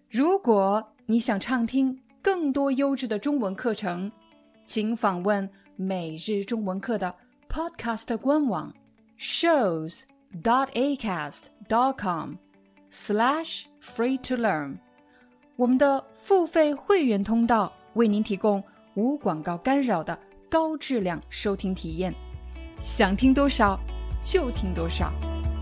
如果你想畅听更多优质的中文课程，请访问每日中文课的 Podcast 官网 shows.acast.com/free-to-learn。我们的付费会员通道为您提供无广告干扰的高质量收听体验，想听多少就听多少。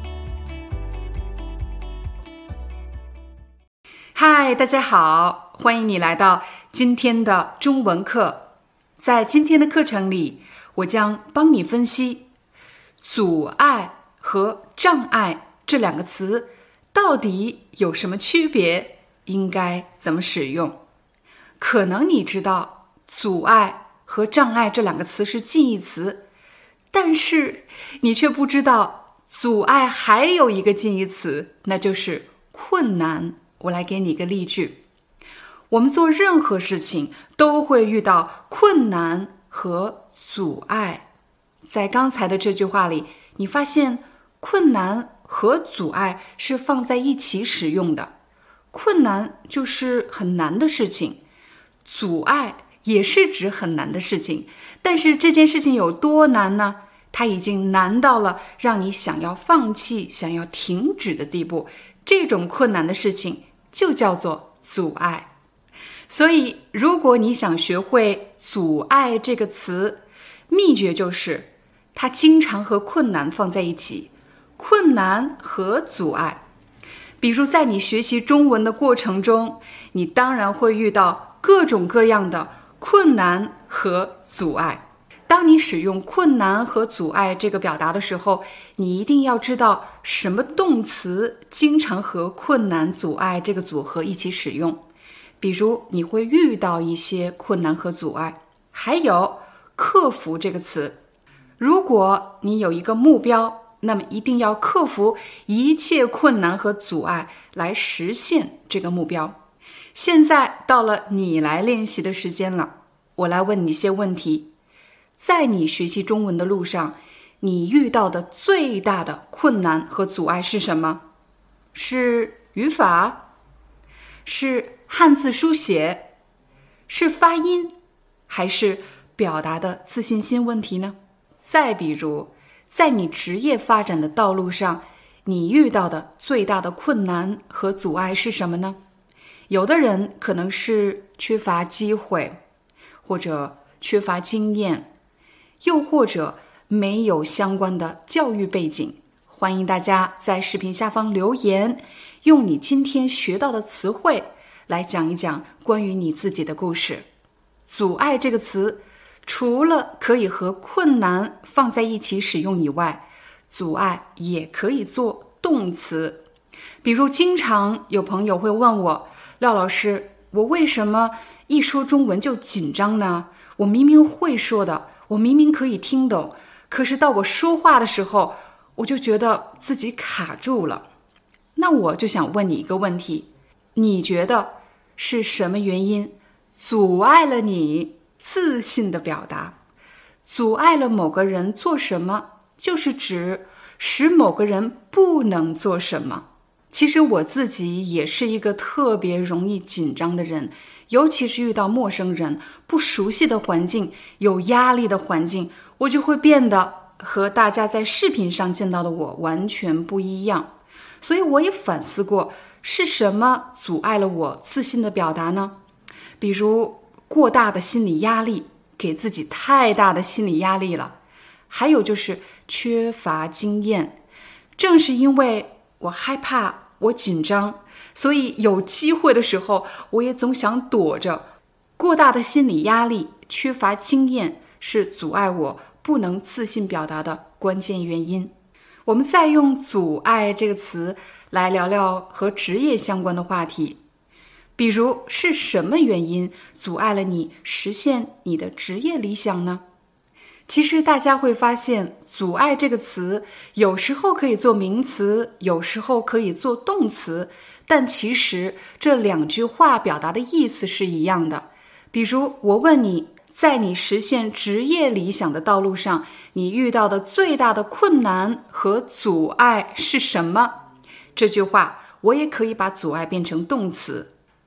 嗨，大家好，欢迎你来到今天的中文课。在今天的课程里，我将帮你分析阻碍和障碍这两个词到底有什么区别，应该怎么使用。可能你知道阻碍和障碍这两个词是近义词，但是你却不知道阻碍还有一个近义词，那就是困难。我来给你一个例句，我们做任何事情都会遇到困难和阻碍。在刚才的这句话里，你发现困难和阻碍是放在一起使用的。困难就是很难的事情，阻碍也是指很难的事情，但是这件事情有多难呢？它已经难到了让你想要放弃、想要停止的地步。这种困难的事情就叫做阻碍。所以如果你想学会阻碍这个词，秘诀就是它经常和困难放在一起，困难和阻碍。比如在你学习中文的过程中，你当然会遇到各种各样的困难和阻碍。当你使用困难和阻碍这个表达的时候，你一定要知道什么动词经常和困难、阻碍这个组合一起使用。比如你会遇到一些困难和阻碍。还有克服这个词，如果你有一个目标，那么一定要克服一切困难和阻碍来实现这个目标。现在到了你来练习的时间了，我来问你一些问题。在你学习中文的路上，你遇到的最大的困难和阻碍是什么？是语法？是汉字书写？是发音？还是表达的自信心问题呢？再比如，在你职业发展的道路上，你遇到的最大的困难和阻碍是什么呢？有的人可能是缺乏机会，或者缺乏经验，又或者没有相关的教育背景。欢迎大家在视频下方留言，用你今天学到的词汇来讲一讲关于你自己的故事。阻碍这个词除了可以和困难放在一起使用以外，阻碍也可以做动词。比如经常有朋友会问我，廖老师，我为什么一说中文就紧张呢？我明明会说的，我明明可以听懂，可是到我说话的时候，我就觉得自己卡住了。那我就想问你一个问题，你觉得是什么原因阻碍了你自信的表达？阻碍了某个人做什么，就是指使某个人不能做什么。其实我自己也是一个特别容易紧张的人，尤其是遇到陌生人、不熟悉的环境、有压力的环境，我就会变得和大家在视频上见到的我完全不一样。所以我也反思过，是什么阻碍了我自信的表达呢？比如过大的心理压力，给自己太大的心理压力了。还有就是缺乏经验，正是因为我害怕，我紧张，所以有机会的时候，我也总想躲着。过大的心理压力，缺乏经验，是阻碍我不能自信表达的关键原因。我们再用阻碍这个词来聊聊和职业相关的话题。比如是什么原因阻碍了你实现你的职业理想呢？其实大家会发现，阻碍这个词有时候可以做名词，有时候可以做动词，但其实这两句话表达的意思是一样的。比如我问你，在你实现职业理想的道路上，你遇到的最大的困难和阻碍是什么？这句话我也可以把阻碍变成动词。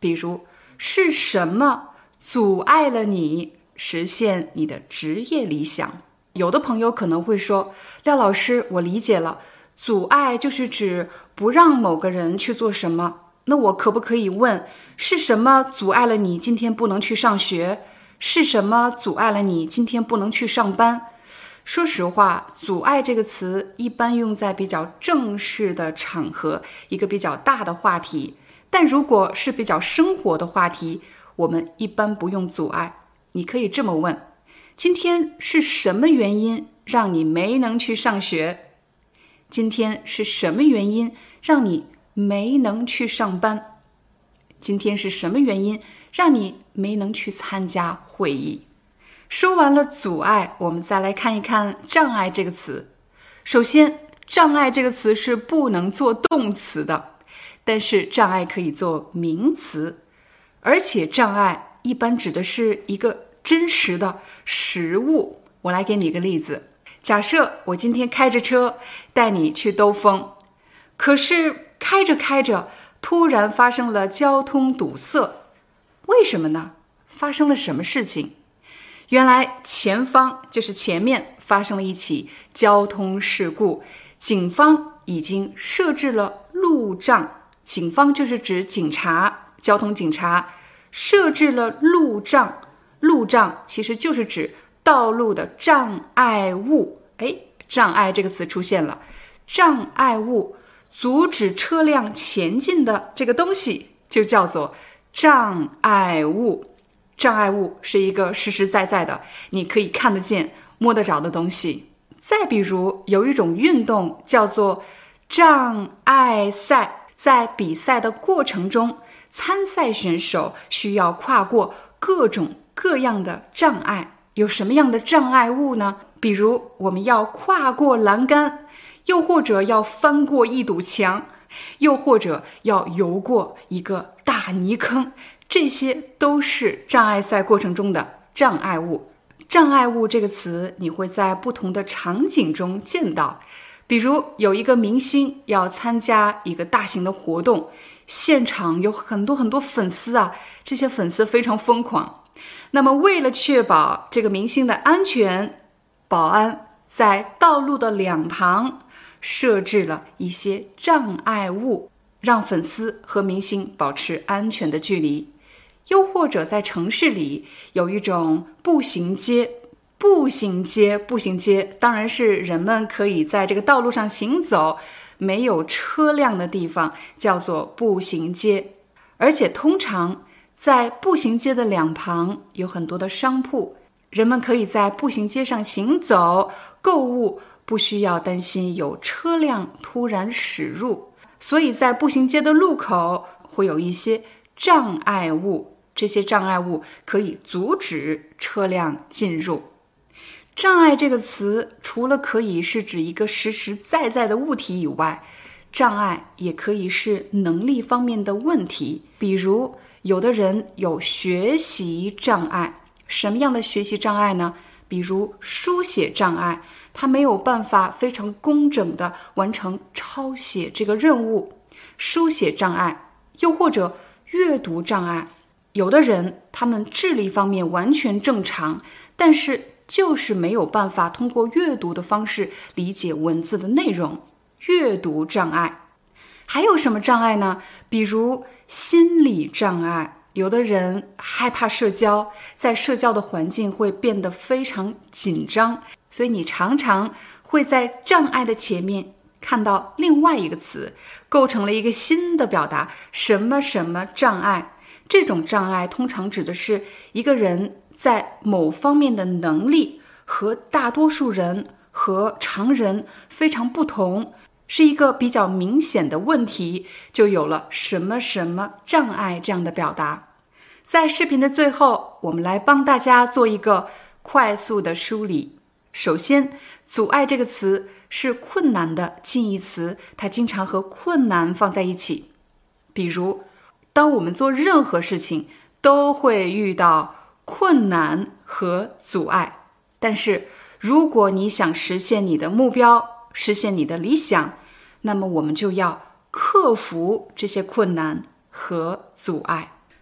比如，是什么阻碍了你实现你的职业理想？有的朋友可能会说，廖老师，我理解了，阻碍就是指不让某个人去做什么。那我可不可以问，是什么阻碍了你今天不能去上学？是什么阻碍了你今天不能去上班？说实话，阻碍这个词一般用在比较正式的场合，一个比较大的话题。但如果是比较生活的话题，我们一般不用阻碍。你可以这么问，今天是什么原因让你没能去上学？今天是什么原因让你没能去上班？今天是什么原因让你没能去参加会议？说完了阻碍，我们再来看一看障碍这个词。首先，障碍这个词是不能做动词的，但是障碍可以做名词，而且障碍一般指的是一个真实的实物。我来给你一个例子，假设我今天开着车带你去兜风，可是开着开着突然发生了交通堵塞，为什么呢？发生了什么事情？原来前方就是前面发生了一起交通事故，警方已经设置了路障，警方就是指警察，交通警察设置了路障，路障其实就是指道路的障碍物。障碍这个词出现了，障碍物阻止车辆前进的这个东西就叫做障碍物。障碍物是一个实实在在的，你可以看得见、摸得着的东西。再比如，有一种运动叫做障碍赛，在比赛的过程中，参赛选手需要跨过各种各样的障碍。有什么样的障碍物呢？比如我们要跨过栏杆，又或者要翻过一堵墙，又或者要游过一个大泥坑，这些都是障碍赛过程中的障碍物。障碍物这个词你会在不同的场景中见到，比如有一个明星要参加一个大型的活动，现场有很多粉丝啊，这些粉丝非常疯狂。那么为了确保这个明星的安全，保安在道路的两旁设置了一些障碍物，让粉丝和明星保持安全的距离。又或者在城市里有一种步行街，步行街当然是人们可以在这个道路上行走，没有车辆的地方叫做步行街。而且通常在步行街的两旁有很多的商铺，人们可以在步行街上行走购物，不需要担心有车辆突然驶入。所以在步行街的路口会有一些障碍物，这些障碍物可以阻止车辆进入。障碍这个词除了可以是指一个实实在在的物体以外，障碍也可以是能力方面的问题。比如有的人有学习障碍，什么样的学习障碍呢？比如书写障碍，他没有办法非常工整地完成抄写这个任务，书写障碍。又或者阅读障碍，有的人他们智力方面完全正常，但是就是没有办法通过阅读的方式理解文字的内容，阅读障碍。还有什么障碍呢？比如心理障碍，有的人害怕社交，在社交的环境会变得非常紧张，所以你常常会在障碍的前面看到另外一个词，构成了一个新的表达，什么什么障碍。这种障碍通常指的是一个人在某方面的能力和大多数人和常人非常不同，是一个比较明显的问题，就有了什么什么障碍这样的表达。在视频的最后，我们来帮大家做一个快速的梳理。首先，阻碍这个词是困难的近义词，它经常和困难放在一起。比如，当我们做任何事情都会遇到困难和阻碍，但是如果你想实现你的目标，实现你的理想，那么我们就要克服这些困难和阻碍。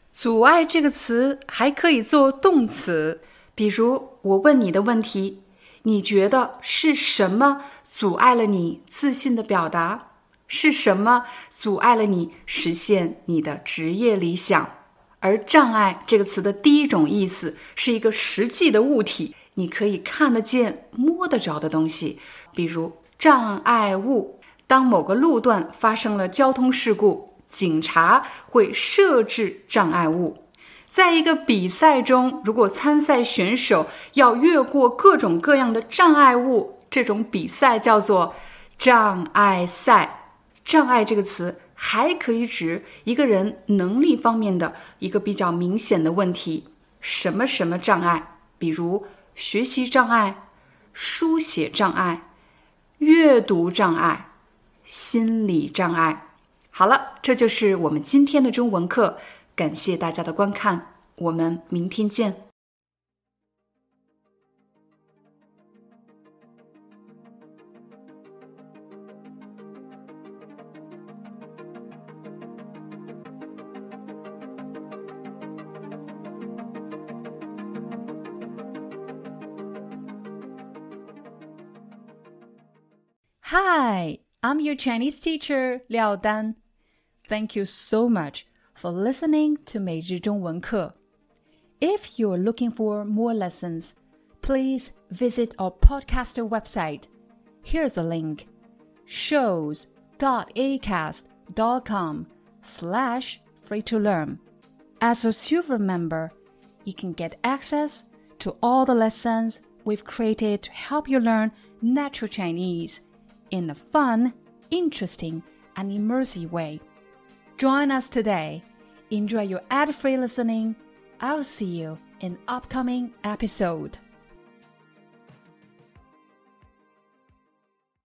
阻碍这个词还可以做动词，比如我问你的问题，你觉得是什么阻碍了你自信的表达？是什么阻碍了你实现你的职业理想？而障碍这个词的第一种意思是一个实际的物体，你可以看得见、摸得着的东西，比如障碍物。当某个路段发生了交通事故，警察会设置障碍物。在一个比赛中，如果参赛选手要越过各种各样的障碍物，这种比赛叫做障碍赛。障碍这个词还可以指一个人能力方面的一个比较明显的问题，什么什么障碍，比如学习障碍、书写障碍、阅读障碍、心理障碍。好了，这就是我们今天的中文课，感谢大家的观看，我们明天见。Hi, I'm your Chinese teacher, Liao Dan. Thank you so much for listening to 每日中文课. If you're looking for more lessons, please visit our podcaster website. Here's a link: shows.acast.com/free-to-learn. As a silver member, you can get access to all the lessons we've created to help you learn natural Chinese in a fun, interesting, and immersive way. Join us today. Enjoy your ad-free listening. I'll see you in upcoming episode.